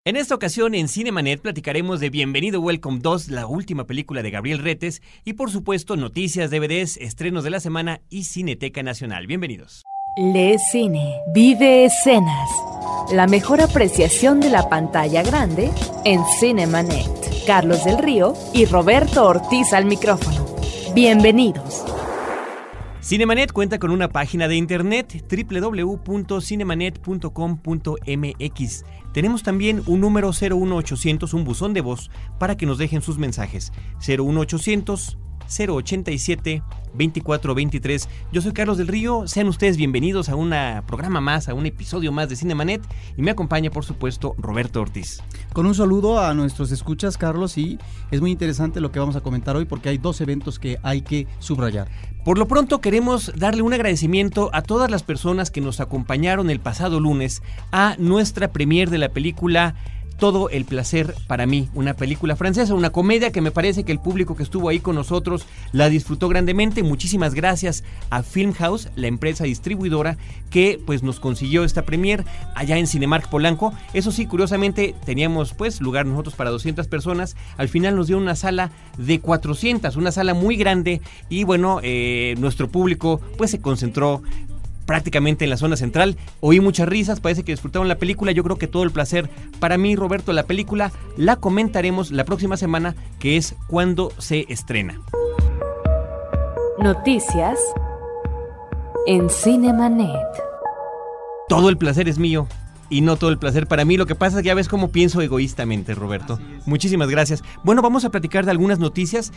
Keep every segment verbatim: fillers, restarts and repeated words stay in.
En esta ocasión en Cinemanet platicaremos de Bienvenido Welcome dos, la última película de Gabriel Retes, y por supuesto noticias, D V Ds, estrenos de la semana y Cineteca Nacional. Bienvenidos. Lee cine, vive escenas. La mejor apreciación de la pantalla grande en Cinemanet. Carlos del Río y Roberto Ortiz al micrófono. Bienvenidos. Cinemanet cuenta con una página de internet, doble u doble u doble u punto cinemanet punto com punto m x. Tenemos también un número cero uno ochocientos, un buzón de voz, para que nos dejen sus mensajes. cero uno ochocientos, cero ochenta y siete, veinticuatro veintitrés. Yo soy Carlos del Río, sean ustedes bienvenidos a un programa más, a un episodio más de Cinemanet, y me acompaña, por supuesto, Roberto Ortiz. Con un saludo a nuestros escuchas, Carlos, y es muy interesante lo que vamos a comentar hoy porque hay dos eventos que hay que subrayar. Por lo pronto queremos darle un agradecimiento a todas las personas que nos acompañaron el pasado lunes a nuestra premier de la película Todo el placer para mí, una película francesa, una comedia que me parece que el público que estuvo ahí con nosotros la disfrutó grandemente. Muchísimas gracias a Filmhouse, la empresa distribuidora que pues nos consiguió esta premier allá en Cinemark Polanco. Eso sí, curiosamente teníamos pues lugar nosotros para doscientas personas, al final nos dio una sala de cuatrocientas, una sala muy grande, y bueno, eh, nuestro público pues se concentró prácticamente en la zona central. Oí muchas risas, parece que disfrutaron la película. Yo creo que todo el placer para mí, Roberto. La película la comentaremos la próxima semana, que es cuando se estrena. Noticias en Cinemanet. Todo el placer es mío y no todo el placer para mí. Lo que pasa es que ya ves cómo pienso egoístamente, Roberto. Muchísimas gracias. Bueno, vamos a platicar de algunas noticias.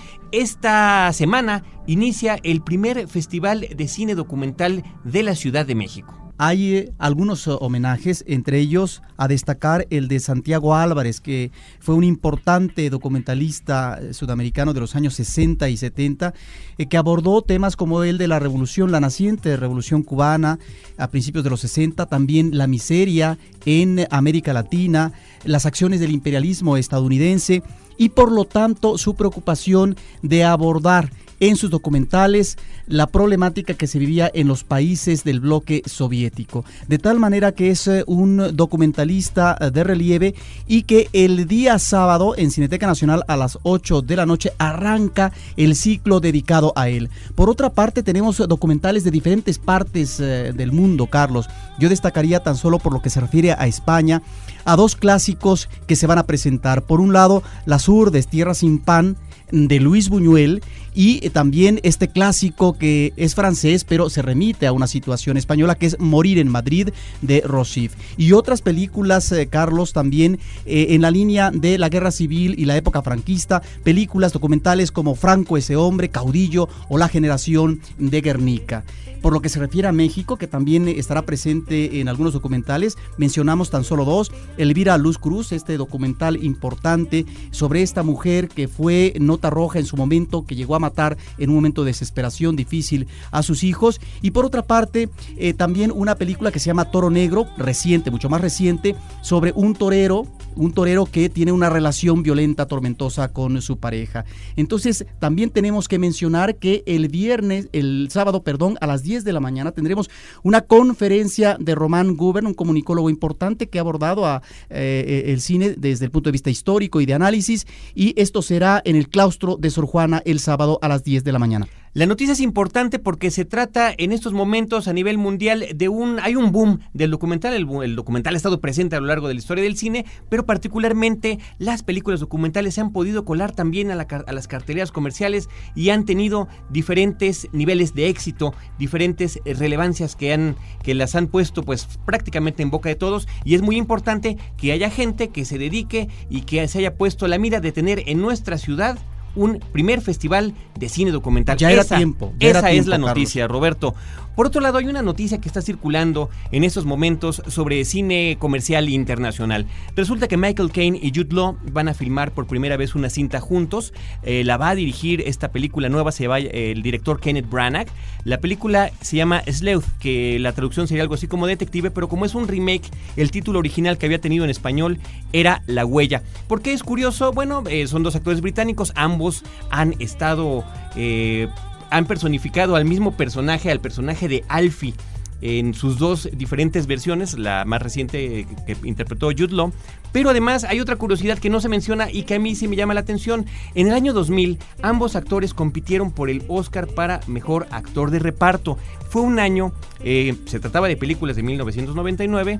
Esta semana inicia el primer Festival de Cine Documental de la Ciudad de México. Hay eh, algunos uh, homenajes, entre ellos a destacar el de Santiago Álvarez, que fue un importante documentalista eh, sudamericano de los años sesenta y setenta, eh, que abordó temas como el de la revolución, la naciente revolución cubana a principios de los sesenta, también la miseria en América Latina, las acciones del imperialismo estadounidense y por lo tanto su preocupación de abordar en sus documentales la problemática que se vivía en los países del bloque soviético. De tal manera que es un documentalista de relieve y que el día sábado en Cineteca Nacional a las ocho de la noche arranca el ciclo dedicado a él. Por otra parte, tenemos documentales de diferentes partes eh, del mundo, Carlos. Yo destacaría, tan solo por lo que se refiere a España, a dos clásicos que se van a presentar. Por un lado, Las Urdes, Tierra sin pan, de Luis Buñuel, y también este clásico que es francés pero se remite a una situación española, que es Morir en Madrid, de Rossif. Y otras películas, eh, Carlos, también eh, en la línea de la guerra civil y la época franquista, películas documentales como Franco ese hombre, Caudillo o La generación de Guernica. Por lo que se refiere a México, que también estará presente en algunos documentales, mencionamos tan solo dos: Elvira Luz Cruz, este documental importante sobre esta mujer que fue nota roja en su momento, que llegó a matar en un momento de desesperación difícil a sus hijos. Y por otra parte, eh, también una película que se llama Toro Negro, reciente, mucho más reciente, sobre un torero, un torero que tiene una relación violenta, tormentosa con su pareja. Entonces, también tenemos que mencionar que el viernes, el sábado, perdón, a las diez de la mañana tendremos una conferencia de Román Gubern, un comunicólogo importante que ha abordado a, eh, el cine desde el punto de vista histórico y de análisis, y esto será en el claustro de Sor Juana el sábado a las diez de la mañana. La noticia es importante porque se trata en estos momentos a nivel mundial de un, hay un boom del documental. El, el documental ha estado presente a lo largo de la historia del cine, pero particularmente las películas documentales se han podido colar también a, la, a las carteleras comerciales y han tenido diferentes niveles de éxito, diferentes relevancias que han, que las han puesto pues prácticamente en boca de todos, y es muy importante que haya gente que se dedique y que se haya puesto la mira de tener en nuestra ciudad un primer festival de cine documental. Ya era esa, tiempo. Ya esa era es tiempo, la noticia, Carlos. Roberto. Por otro lado, hay una noticia que está circulando en estos momentos sobre cine comercial internacional. Resulta que Michael Caine y Jude Law van a filmar por primera vez una cinta juntos. Eh, la va a dirigir esta película nueva, se va eh, el director Kenneth Branagh. La película se llama Sleuth, que la traducción sería algo así como detective, pero como es un remake, el título original que había tenido en español era La Huella. ¿Por qué es curioso? Bueno, eh, son dos actores británicos, ambos han estado... Eh, han personificado al mismo personaje, al personaje de Alfie, en sus dos diferentes versiones, la más reciente que interpretó Jude Law. Pero además hay otra curiosidad que no se menciona y que a mí sí me llama la atención. En el año dos mil, ambos actores compitieron por el Oscar para Mejor Actor de Reparto. Fue un año, eh, se trataba de películas de mil novecientos noventa y nueve,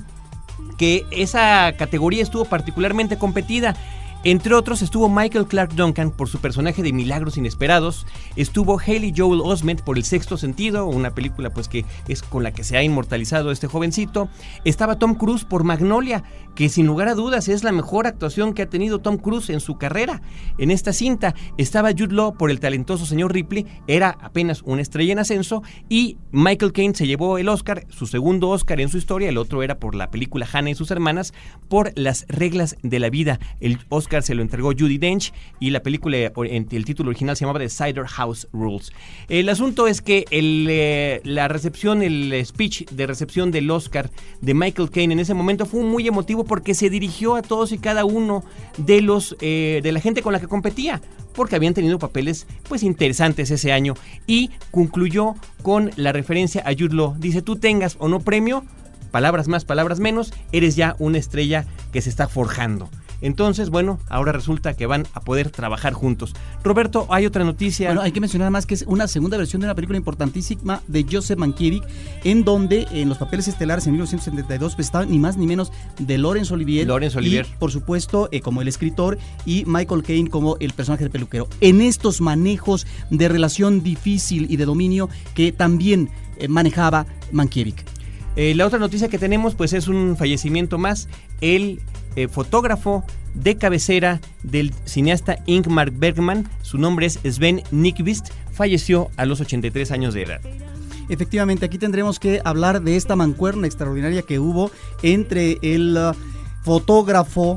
que esa categoría estuvo particularmente competida. Entre otros estuvo Michael Clarke Duncan por su personaje de Milagros Inesperados, estuvo Haley Joel Osment por El Sexto Sentido, una película pues que es con la que se ha inmortalizado este jovencito, estaba Tom Cruise por Magnolia, que sin lugar a dudas es la mejor actuación que ha tenido Tom Cruise en su carrera. En esta cinta estaba Jude Law por El talentoso señor Ripley, era apenas una estrella en ascenso, y Michael Caine se llevó el Oscar, su segundo Oscar en su historia, el otro era por la película Hannah y sus hermanas, por Las reglas de la vida. El Oscar se lo entregó Judi Dench y la película, el título original se llamaba The Cider House Rules. El asunto es que el, eh, la recepción, el speech de recepción del Oscar de Michael Caine en ese momento fue muy emotivo porque se dirigió a todos y cada uno de los eh, de la gente con la que competía, porque habían tenido papeles pues interesantes ese año, y concluyó con la referencia a Jude Law. Dice: tú tengas o no premio, palabras más, palabras menos, eres ya una estrella que se está forjando. Entonces, bueno, ahora resulta que van a poder trabajar juntos. Roberto, hay otra noticia. Bueno, hay que mencionar además que es una segunda versión de una película importantísima de Joseph Mankiewicz, en donde en los papeles estelares en mil novecientos setenta y dos pues, estaban ni más ni menos de Laurence Olivier. Laurence Olivier. Y, por supuesto, eh, como el escritor, y Michael Caine como el personaje del peluquero. En estos manejos de relación difícil y de dominio que también eh, manejaba Mankiewicz. Eh, la otra noticia que tenemos pues es un fallecimiento más. El eh, fotógrafo de cabecera del cineasta Ingmar Bergman, su nombre es Sven Nykvist, falleció a los ochenta y tres años de edad. Efectivamente, aquí tendremos que hablar de esta mancuerna extraordinaria que hubo entre el uh, fotógrafo,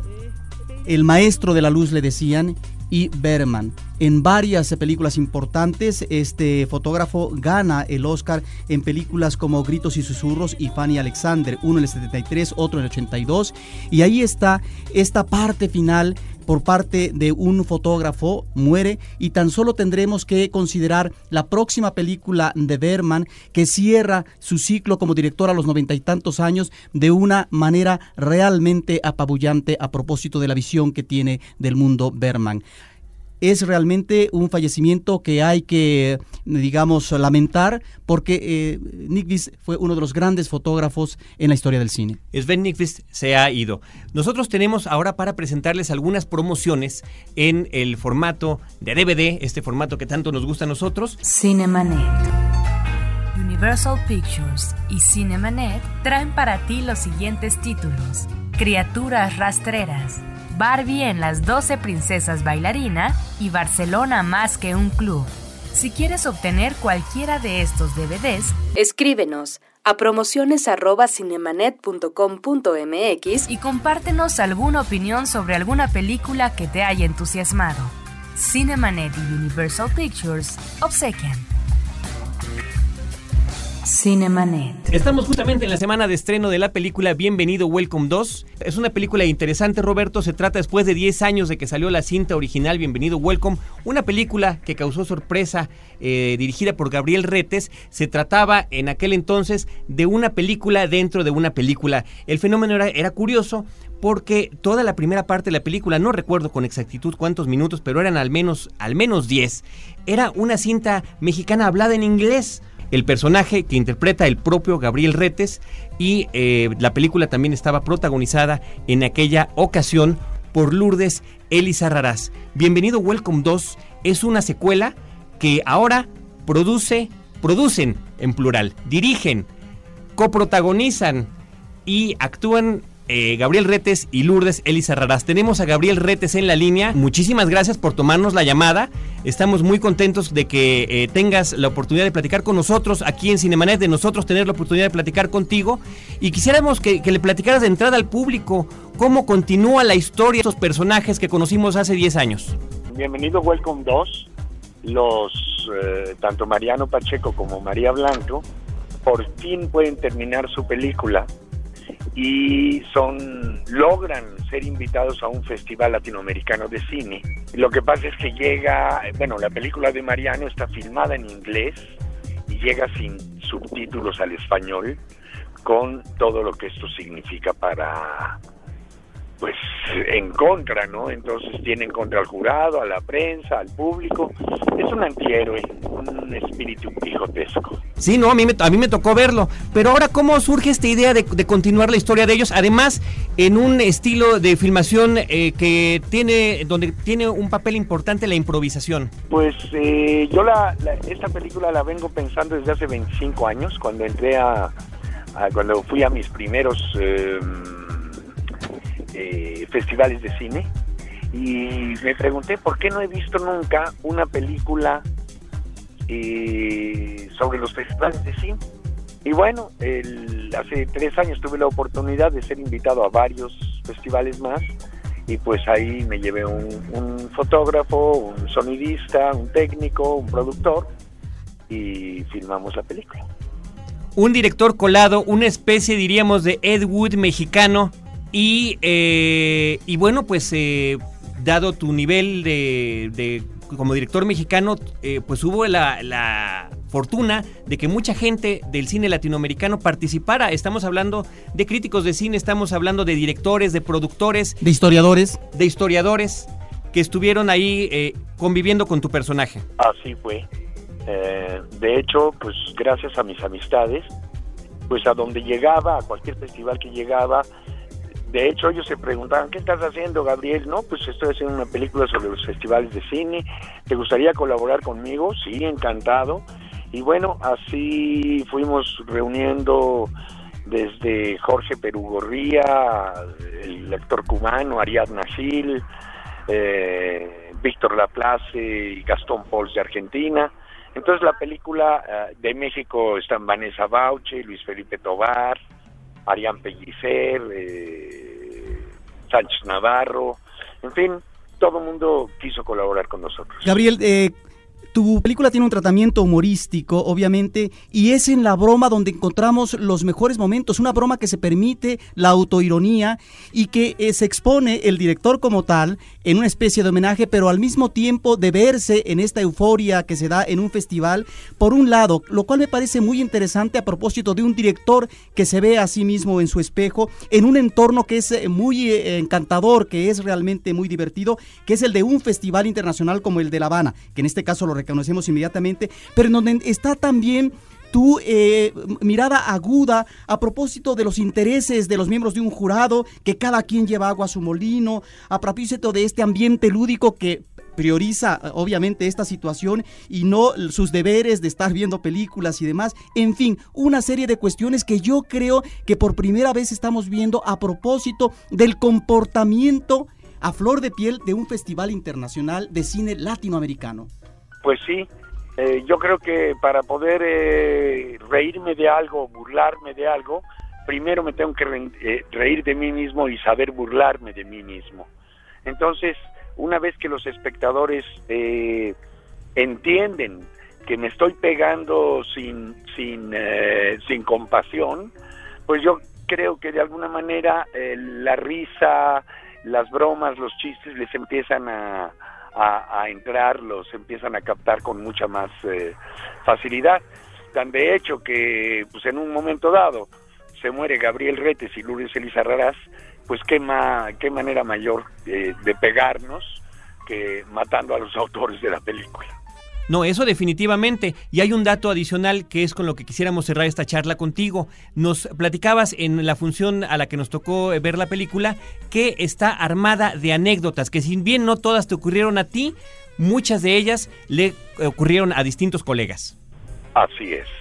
el maestro de la luz le decían, y Bergman. En varias películas importantes, este fotógrafo gana el Oscar en películas como Gritos y Susurros y Fanny Alexander, uno en el setenta y tres, otro en el ochenta y dos, y ahí está esta parte final por parte de un fotógrafo, muere, y tan solo tendremos que considerar la próxima película de Bergman, que cierra su ciclo como director a los noventa y tantos años de una manera realmente apabullante a propósito de la visión que tiene del mundo Bergman. Es realmente un fallecimiento que hay que, digamos, lamentar, porque eh, Nykvist fue uno de los grandes fotógrafos en la historia del cine. Sven Nykvist se ha ido. Nosotros tenemos ahora para presentarles algunas promociones en el formato de D V D, este formato que tanto nos gusta a nosotros. Cinemanet. Universal Pictures y Cinemanet traen para ti los siguientes títulos: Criaturas rastreras, Barbie en las doce princesas bailarina y Barcelona más que un club. Si quieres obtener cualquiera de estos D V Ds, escríbenos a promociones arroba cinemanet punto com punto m x y compártenos alguna opinión sobre alguna película que te haya entusiasmado. Cinemanet y Universal Pictures obsequian. Cinemanet. Estamos justamente en la semana de estreno de la película Bienvenido Welcome dos. Es una película interesante, Roberto. Se trata después de diez años de que salió la cinta original Bienvenido Welcome, una película que causó sorpresa, eh, dirigida por Gabriel Retes. Se trataba en aquel entonces de una película dentro de una película. El fenómeno era, era curioso porque toda la primera parte de la película, no recuerdo con exactitud cuántos minutos, pero eran al menos, al menos diez. Era una cinta mexicana hablada en inglés. El personaje que interpreta el propio Gabriel Retes, y eh, la película también estaba protagonizada en aquella ocasión por Lourdes Elizarrarás. Bienvenido Welcome dos es una secuela que ahora produce, producen en plural, dirigen, coprotagonizan y actúan Eh, Gabriel Retes y Lourdes Elizarrarás. Tenemos a Gabriel Retes en la línea. Muchísimas gracias por tomarnos la llamada. Estamos muy contentos de que eh, tengas la oportunidad de platicar con nosotros aquí en Cinemanet, de nosotros tener la oportunidad de platicar contigo. Y quisiéramos que, que le platicaras de entrada al público cómo continúa la historia de estos personajes que conocimos hace diez años. Bienvenido Welcome dos. Los, eh, tanto Mariano Pacheco como María Blanco, por fin pueden terminar su película y son logran ser invitados a un festival latinoamericano de cine. Lo que pasa es que llega, bueno, la película de Mariano está filmada en inglés y llega sin subtítulos al español, con todo lo que esto significa para, pues, en contra, ¿no? Entonces tienen contra al jurado, a la prensa, al público. Es un antihéroe, un espíritu quijotesco. Sí, no, a mí, me, a mí me tocó verlo, pero ahora, ¿cómo surge esta idea de, de continuar la historia de ellos? Además, en un estilo de filmación eh, que tiene, donde tiene un papel importante la improvisación. Pues eh, yo la, la, esta película la vengo pensando desde hace veinticinco años, cuando entré a, a cuando fui a mis primeros eh, eh, festivales de cine, y me pregunté por qué no he visto nunca una película eh, sobre los festivales de cine. Y bueno, el, hace tres años tuve la oportunidad de ser invitado a varios festivales más, y pues ahí me llevé un, un fotógrafo, un sonidista, un técnico, un productor, y filmamos la película. Un director colado, una especie, diríamos, de Ed Wood mexicano, y, eh, y bueno, pues eh, dado tu nivel de, de como director mexicano, eh, pues hubo la, la fortuna de que mucha gente del cine latinoamericano participara. Estamos hablando de críticos de cine, estamos hablando de directores, de productores, de historiadores, de historiadores que estuvieron ahí eh, conviviendo con tu personaje. Así fue. Eh, de hecho, pues gracias a mis amistades, pues a donde llegaba, a cualquier festival que llegaba, de hecho ellos se preguntaban, ¿qué estás haciendo, Gabriel? No, pues estoy haciendo una película sobre los festivales de cine, ¿te gustaría colaborar conmigo? Sí, encantado. Y bueno, así fuimos reuniendo desde Jorge Perugorría, el actor cubano, Ariadna Gil, eh, Víctor Laplace y Gastón Pols de Argentina. Entonces la película uh, de México están Vanessa Bauche, Luis Felipe Tobar, Arián Pellicer, eh, Sánchez Navarro, en fin, todo el mundo quiso colaborar con nosotros. Gabriel, eh, tu película tiene un tratamiento humorístico, obviamente, y es en la broma donde encontramos los mejores momentos, una broma que se permite la autoironía y que eh, se expone el director como tal en una especie de homenaje, pero al mismo tiempo de verse en esta euforia que se da en un festival, por un lado, lo cual me parece muy interesante a propósito de un director que se ve a sí mismo en su espejo, en un entorno que es muy eh, encantador, que es realmente muy divertido, que es el de un festival internacional como el de La Habana, que en este caso lo reconocemos inmediatamente, pero en donde está también tu eh, mirada aguda a propósito de los intereses de los miembros de un jurado, que cada quien lleva agua a su molino, a propósito de este ambiente lúdico que prioriza obviamente esta situación y no sus deberes de estar viendo películas y demás. En fin, una serie de cuestiones que yo creo que por primera vez estamos viendo a propósito del comportamiento a flor de piel de un festival internacional de cine latinoamericano. Pues sí, eh, yo creo que para poder eh, reírme de algo, burlarme de algo, primero me tengo que re- eh, reír de mí mismo y saber burlarme de mí mismo. Entonces, una vez que los espectadores eh, entienden que me estoy pegando sin, sin, eh, sin compasión, pues yo creo que de alguna manera eh, la risa, las bromas, los chistes les empiezan a... A, a entrar, los empiezan a captar con mucha más eh, facilidad. Tan de hecho que pues en un momento dado se muere Gabriel Retes y Lourdes Elisa Raraz, pues qué, ma, qué manera mayor eh, de pegarnos que matando a los autores de la película. No, eso definitivamente. Y hay un dato adicional que es con lo que quisiéramos cerrar esta charla contigo. Nos platicabas en la función a la que nos tocó ver la película que está armada de anécdotas, que si bien no todas te ocurrieron a ti, muchas de ellas le ocurrieron a distintos colegas. Así es.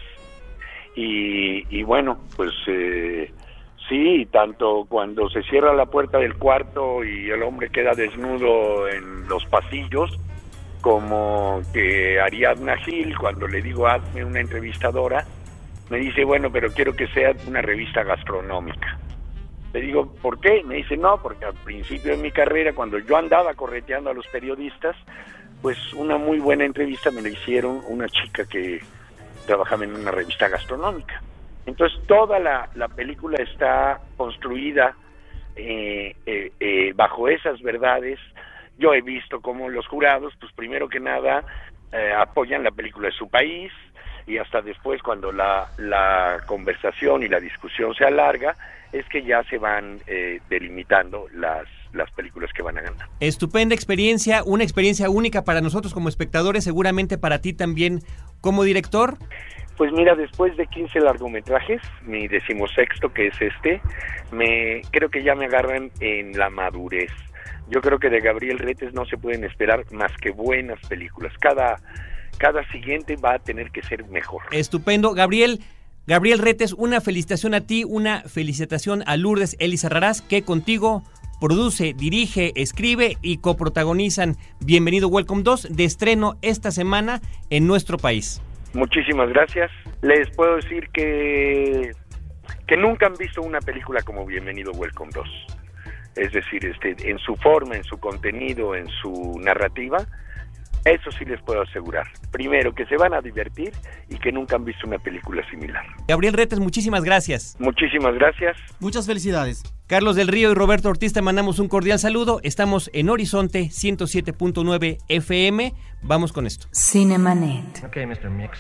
Y, y bueno, pues eh, sí, tanto cuando se cierra la puerta del cuarto y el hombre queda desnudo en los pasillos, como que Ariadna Gil, cuando le digo hazme una entrevistadora, me dice, bueno, pero quiero que sea una revista gastronómica. Le digo, ¿por qué? Me dice, no, porque al principio de mi carrera, cuando yo andaba correteando a los periodistas, pues una muy buena entrevista me la hicieron una chica que trabajaba en una revista gastronómica. Entonces toda la, la película está construida eh, eh, eh, bajo esas verdades. Yo he visto cómo los jurados, pues primero que nada, eh, apoyan la película de su país, y hasta después, cuando la, la conversación y la discusión se alarga, es que ya se van eh, delimitando las, las películas que van a ganar. Estupenda experiencia, una experiencia única para nosotros como espectadores, seguramente para ti también como director. Pues mira, después de quince largometrajes, mi decimosexto, que es este, me creo que ya me agarran en la madurez. Yo creo que de Gabriel Retes no se pueden esperar más que buenas películas. Cada, cada siguiente va a tener que ser mejor. Estupendo. Gabriel, Gabriel Retes, una felicitación a ti, una felicitación a Lourdes Ellis Arrarás, que contigo produce, dirige, escribe y coprotagonizan Bienvenido Welcome dos, de estreno esta semana en nuestro país. Muchísimas gracias. Les puedo decir que, que nunca han visto una película como Bienvenido Welcome dos. Es decir, este, en su forma, en su contenido, en su narrativa, eso sí les puedo asegurar. Primero, que se van a divertir y que nunca han visto una película similar. Gabriel Retes, muchísimas gracias. Muchísimas gracias. Muchas felicidades. Carlos del Río y Roberto Ortiz, te mandamos un cordial saludo. Estamos en Horizonte ciento siete punto nueve F M. Vamos con esto. Cinemanet. Ok, mister Mix.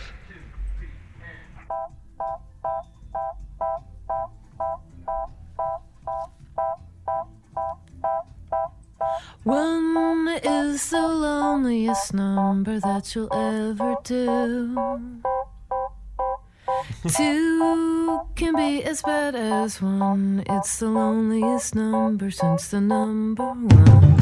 One is the loneliest number that you'll ever do. Two can be as bad as one. It's the loneliest number since the number one.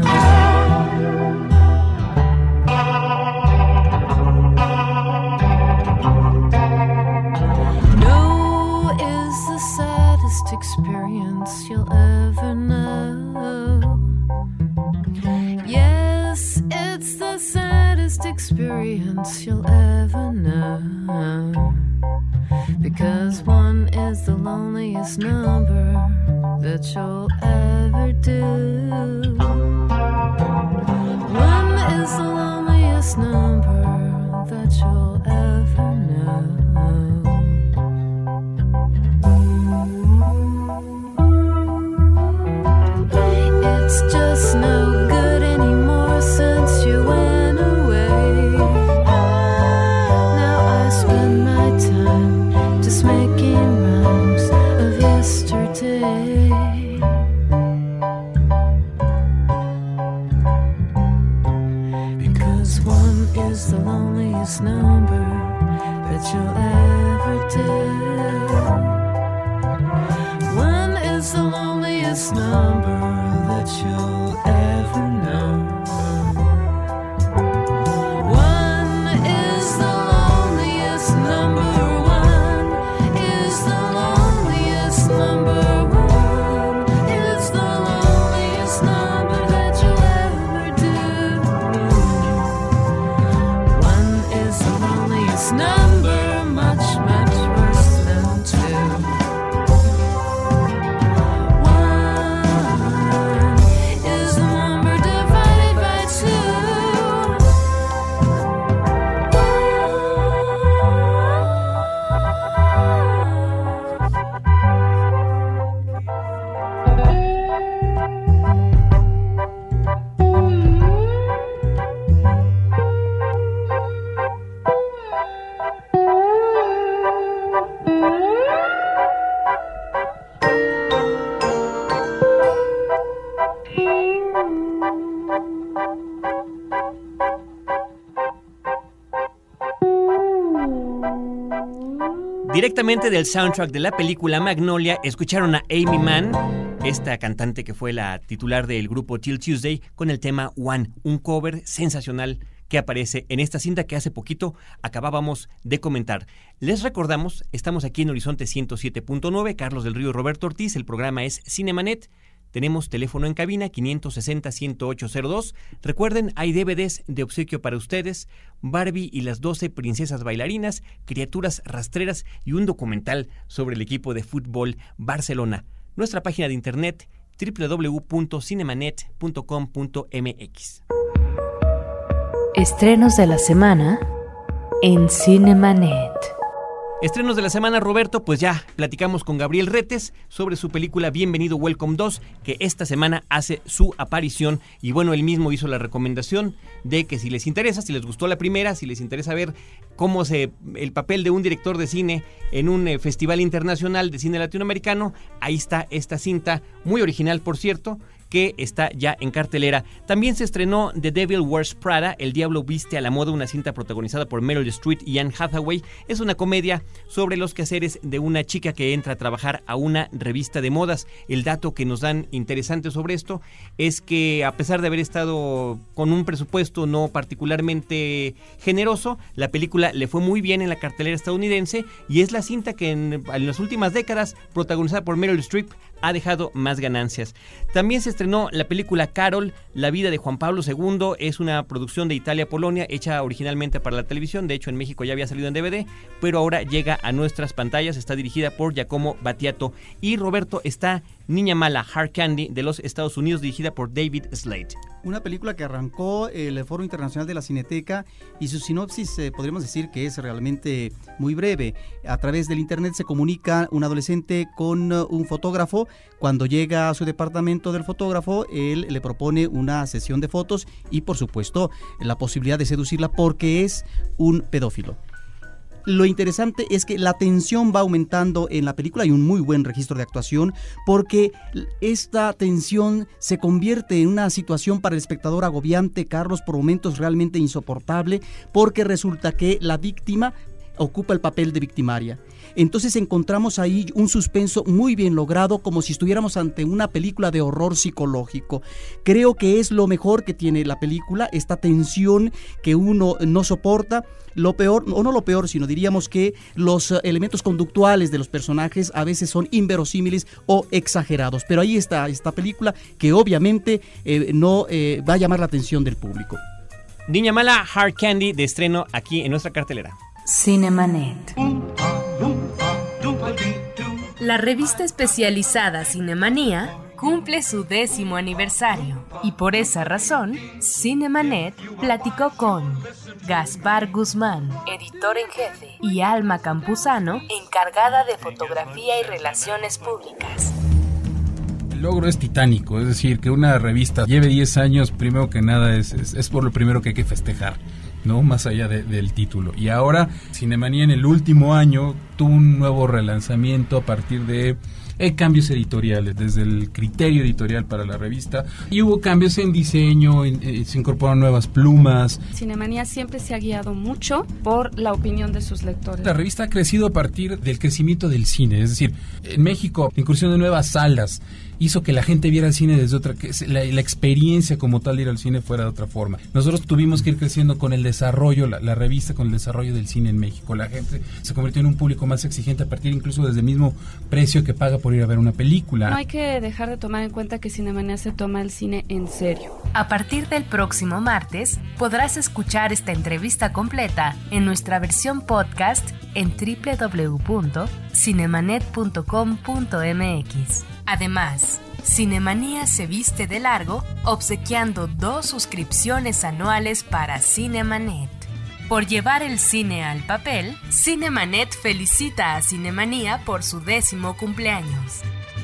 No is the saddest experience you'll ever know. Yes, it's the saddest experience you'll ever know. Because one is the loneliest number that you'll ever do. One is the loneliest number that you'll ever know. It's just no good anymore since you went away. Now I spend my time just making rhymes of yesterday. Because one is the loneliest number that you'll ever do. One is the loneliest number that you'll ever know. One is the loneliest number. One is the loneliest number. One is the loneliest number that you'll ever do. One is the loneliest number, much, much worse than two. Directamente del soundtrack de la película Magnolia, escucharon a Amy Mann, esta cantante que fue la titular del grupo Till Tuesday, con el tema One, un cover sensacional que aparece en esta cinta que hace poquito acabábamos de comentar. Les recordamos, estamos aquí en Horizonte ciento siete punto nueve, Carlos del Río y Roberto Ortiz, el programa es Cinemanet. Tenemos teléfono en cabina quinientos sesenta, ciento ocho cero dos. Recuerden, hay D V Ds de obsequio para ustedes, Barbie y las doce princesas bailarinas, criaturas rastreras y un documental sobre el equipo de fútbol Barcelona. Nuestra página de internet doble u doble u doble u punto cinemanet punto com punto m x. Estrenos de la semana en Cinemanet. Estrenos de la semana, Roberto, pues ya platicamos con Gabriel Retes sobre su película Bienvenido Welcome dos, que esta semana hace su aparición y bueno, él mismo hizo la recomendación de que si les interesa, si les gustó la primera, si les interesa ver cómo se el papel de un director de cine en un eh, festival internacional de cine latinoamericano, ahí está esta cinta, muy original por cierto, que está ya en cartelera. También se estrenó The Devil Wears Prada, El Diablo Viste a la Moda, una cinta protagonizada por Meryl Streep y Anne Hathaway. Es una comedia sobre los quehaceres de una chica que entra a trabajar a una revista de modas. El dato que nos dan interesante sobre esto es que a pesar de haber estado con un presupuesto no particularmente generoso, la película le fue muy bien en la cartelera estadounidense y es la cinta que en, en las últimas décadas, protagonizada por Meryl Streep, ha dejado más ganancias. También se estrenó la película Carol, la vida de Juan Pablo segundo, es una producción de Italia-Polonia, hecha originalmente para la televisión, de hecho en México ya había salido en D V D, pero ahora llega a nuestras pantallas, está dirigida por Giacomo Battiato. Y Roberto, está Niña Mala, Hard Candy, de los Estados Unidos, dirigida por David Slade. Una película que arrancó el Foro Internacional de la Cineteca y su sinopsis eh, podríamos decir que es realmente muy breve. A través del internet se comunica un adolescente con uh, un fotógrafo. Cuando llega a su departamento del fotógrafo, él le propone una sesión de fotos y por supuesto la posibilidad de seducirla porque es un pedófilo. Lo interesante es que la tensión va aumentando en la película, hay un muy buen registro de actuación porque esta tensión se convierte en una situación para el espectador agobiante, Carlos, por momentos realmente insoportable, porque resulta que la víctima ocupa el papel de victimaria. Entonces encontramos ahí un suspenso muy bien logrado, como si estuviéramos ante una película de horror psicológico. Creo que es lo mejor que tiene la película, esta tensión que uno no soporta. Lo peor, o no lo peor, sino diríamos que los uh, elementos conductuales de los personajes a veces son inverosímiles o exagerados. Pero ahí está esta película que obviamente eh, no eh, va a llamar la atención del público. Niña Mala, Hard Candy, de estreno aquí en nuestra cartelera. Cinemanet. La revista especializada Cinemanía cumple su décimo aniversario y por esa razón, Cinemanet platicó con Gaspar Guzmán, editor en jefe, y Alma Campuzano, encargada de fotografía y relaciones públicas. El logro es titánico, es decir, que una revista lleve diez años, primero que nada es, es, es por lo primero que hay que festejar, ¿no? Más allá de, del título. Y ahora, Cinemanía en el último año tuvo un nuevo relanzamiento a partir de eh, cambios editoriales, desde el criterio editorial para la revista, y hubo cambios en diseño, en, eh, se incorporaron nuevas plumas. Cinemanía siempre se ha guiado mucho por la opinión de sus lectores. La revista ha crecido a partir del crecimiento del cine, es decir, en México, la incursión de nuevas salas hizo que la gente viera el cine desde otra, que la, la experiencia como tal de ir al cine fuera de otra forma. Nosotros tuvimos que ir creciendo con el desarrollo, la, la revista con el desarrollo del cine en México. La gente se convirtió en un público más exigente a partir incluso desde el mismo precio que paga por ir a ver una película. No hay que dejar de tomar en cuenta que Cinemanía se toma el cine en serio. A partir del próximo martes podrás escuchar esta entrevista completa en nuestra versión podcast en doble u doble u doble u punto cinemanet punto com punto m x. Además, Cinemanía se viste de largo obsequiando dos suscripciones anuales para Cinemanet. Por llevar el cine al papel, Cinemanet felicita a Cinemanía por su décimo cumpleaños.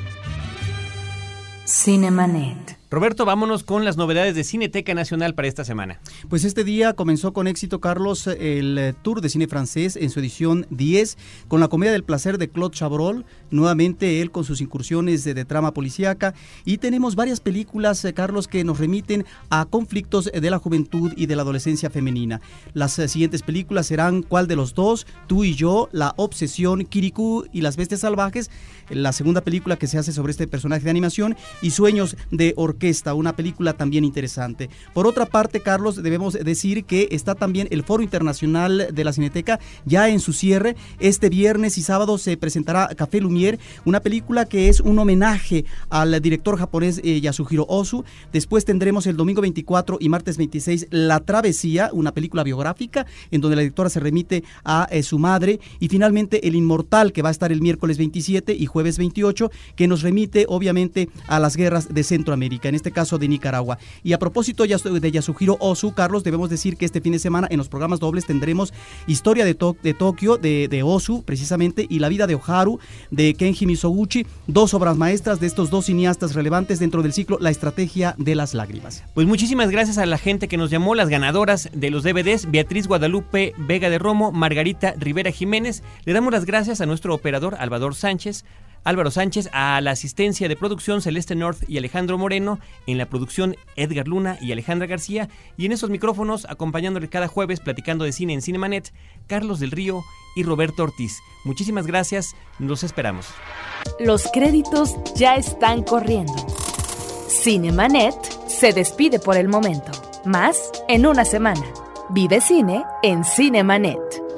Cinemanet. Roberto, vámonos con las novedades de Cineteca Nacional para esta semana. Pues este día comenzó con éxito, Carlos, el Tour de Cine Francés en su edición diez, con la comedia del placer de Claude Chabrol, nuevamente él con sus incursiones de, de trama policíaca, y tenemos varias películas, Carlos, que nos remiten a conflictos de la juventud y de la adolescencia femenina. Las eh, siguientes películas serán ¿Cuál de los dos?, Tú y yo, La Obsesión, Kirikou y las Bestias Salvajes, la segunda película que se hace sobre este personaje de animación, y Sueños de Orquesta, una película también interesante. Por otra parte, Carlos, debemos decir que está también el Foro Internacional de la Cineteca ya en su cierre. Este viernes y sábado se presentará Café Lumière, una película que es un homenaje al director japonés eh, Yasuhiro Ozu. Después tendremos el domingo veinticuatro y martes veintiséis La Travesía, una película biográfica en donde la directora se remite a eh, su madre, y finalmente El Inmortal, que va a estar el miércoles veintisiete y jueves veintiocho, que nos remite obviamente a las guerras de Centroamérica. en este caso de Nicaragua. Y a propósito de Yasuhiro Ozu, Carlos, debemos decir que este fin de semana en los programas dobles tendremos Historia de, to- de Tokio, de, de Ozu, precisamente, y La vida de Oharu, de Kenji Mizoguchi, dos obras maestras de estos dos cineastas relevantes dentro del ciclo La estrategia de las lágrimas. Pues muchísimas gracias a la gente que nos llamó, las ganadoras de los D V Ds, Beatriz Guadalupe Vega de Romo, Margarita Rivera Jiménez. Le damos las gracias a nuestro operador Álvaro Sánchez, Álvaro Sánchez, a la asistencia de producción Celeste North y Alejandro Moreno, en la producción Edgar Luna y Alejandra García, y en esos micrófonos, acompañándole cada jueves platicando de cine en Cinemanet, Carlos del Río y Roberto Ortiz. Muchísimas gracias, los esperamos. Los créditos ya están corriendo. Cinemanet se despide por el momento. Más en una semana. Vive cine en Cinemanet.